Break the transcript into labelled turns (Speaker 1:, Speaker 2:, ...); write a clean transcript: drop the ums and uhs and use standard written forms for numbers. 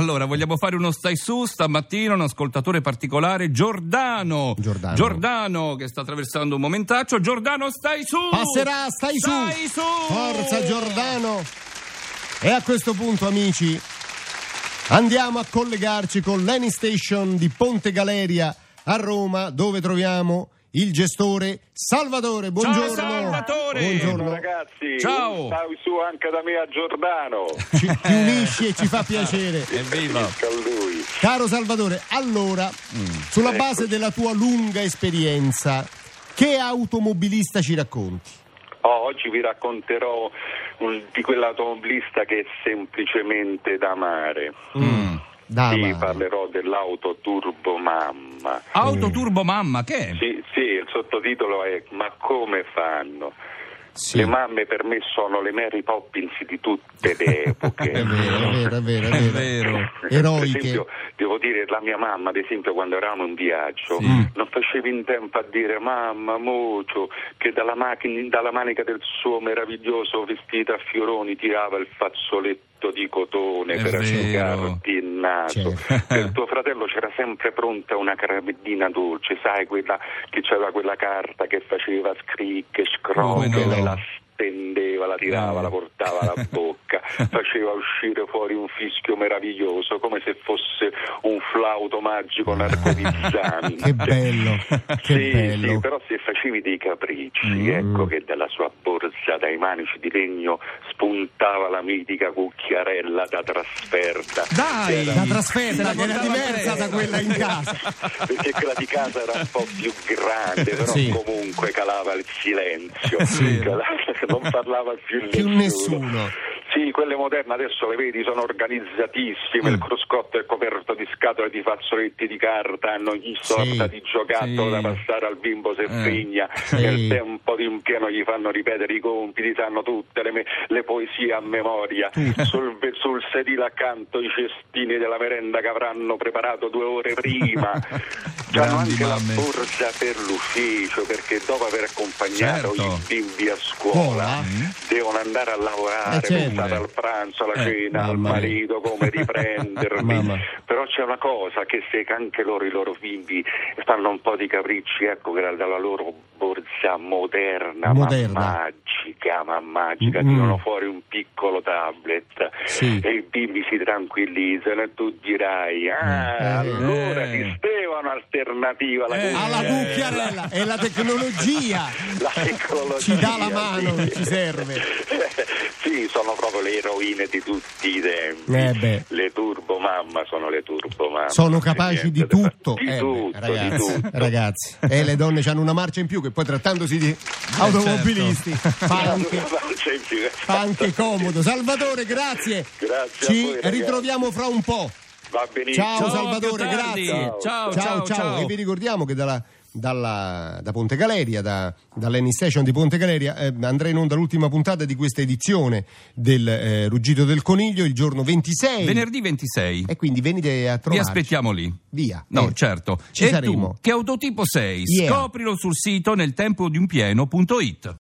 Speaker 1: Allora, vogliamo fare uno stai su stamattina, un ascoltatore particolare, Giordano, che sta attraversando un momentaccio. Giordano, stai su!
Speaker 2: Passerà, stai su! Forza Giordano! E a questo punto, amici, andiamo a collegarci con l'Eni Station di Ponte Galeria a Roma, dove troviamo il gestore Salvatore. Buongiorno.
Speaker 1: Ciao Salvatore.
Speaker 3: Buongiorno ragazzi.
Speaker 1: Ciao.
Speaker 3: Stai su anche da me a Giordano.
Speaker 2: Ci unisci e ci fa piacere.
Speaker 1: Evviva.
Speaker 3: A lui.
Speaker 2: Caro Salvatore, allora, sulla base della tua lunga esperienza, che automobilista ci racconti?
Speaker 3: Oggi vi racconterò di quell'automobilista che è semplicemente da amare. Sì, parlerò dell'auto Turbo Mamma.
Speaker 1: Auto Turbo Mamma, che è?
Speaker 3: Sì, il sottotitolo è Ma come fanno?
Speaker 2: Sì.
Speaker 3: Le mamme per me sono le Mary Poppins di tutte le epoche.
Speaker 2: È vero.
Speaker 3: Per
Speaker 2: Eroiche.
Speaker 3: esempio, devo dire, la mia mamma, ad esempio, quando eravamo in viaggio, non facevi in tempo a dire mamma, mocio, che dalla manica del suo meraviglioso vestito a fioroni tirava il fazzoletto di cotone per asciugarti il naso.
Speaker 1: Certo.
Speaker 3: Per tuo fratello c'era sempre pronta una caramellina dolce, sai, quella che c'aveva quella carta che faceva scricche, scrocche, la stendeva, la tirava, la portava alla bocca, faceva uscire fuori un fischio meraviglioso come se fosse un flauto magico narcotizzante.
Speaker 2: Che bello, bello.
Speaker 3: Sì, però se facevi dei capricci, ecco che dalla sua borsa, dai manici di legno, spuntava la mitica cucchiarella da trasferta.
Speaker 1: Dai,
Speaker 2: La trasferta che era diversa da quella in casa.
Speaker 3: Perché quella di casa era un po' più grande, però comunque calava il silenzio. Non parlava più
Speaker 2: nessuno.
Speaker 3: Sì, quelle moderne adesso le vedi, sono organizzatissime, il cruscotto è coperto di scatole di fazzoletti di carta, hanno ogni sorta di giocattolo da passare al bimbo se figna, nel tempo di un pieno gli fanno ripetere i compiti, sanno tutte le poesie a memoria, sul sedile accanto i cestini della merenda che avranno preparato 2 ore prima, hanno anche la borsa per l'ufficio, perché dopo aver accompagnato i bimbi a scuola devono andare a lavorare, dal pranzo alla cena, al marito, come riprendermi. Però c'è una cosa, che se anche loro, i loro figli fanno un po' di capricci, ecco che dalla loro borsa moderna. ma magica, tirano fuori un piccolo tablet e i bimbi si tranquillizzano e tu dirai allora esisteva un'alternativa
Speaker 2: alla cucchiarella. E la tecnologia ci dà la mano, ci serve.
Speaker 3: Sì, sono proprio le eroine di tutti i tempi. Le Turbo Mamma sono le Turbo Mamma.
Speaker 2: Sono capaci di tutto.
Speaker 3: Ragazzi.
Speaker 2: Ragazzi. E le donne hanno una marcia in più, che poi trattandosi di automobilisti fa anche comodo. Salvatore, grazie.
Speaker 3: Grazie
Speaker 2: Ci
Speaker 3: a voi,
Speaker 2: ritroviamo fra un po'.
Speaker 3: Va benissimo.
Speaker 2: Ciao Salvatore, grazie. Ciao. E vi ricordiamo che da Ponte Galeria, dall'Eni Station di Ponte Galeria, andrà in onda l'ultima puntata di questa edizione del Ruggito del Coniglio il giorno 26.
Speaker 1: Venerdì 26.
Speaker 2: E quindi venite a trovarci.
Speaker 1: Vi aspettiamo lì.
Speaker 2: Via.
Speaker 1: Certo.
Speaker 2: Ci saremo.
Speaker 1: Tu, che autotipo sei? Scoprilo sul sito neltempodiunpieno.it.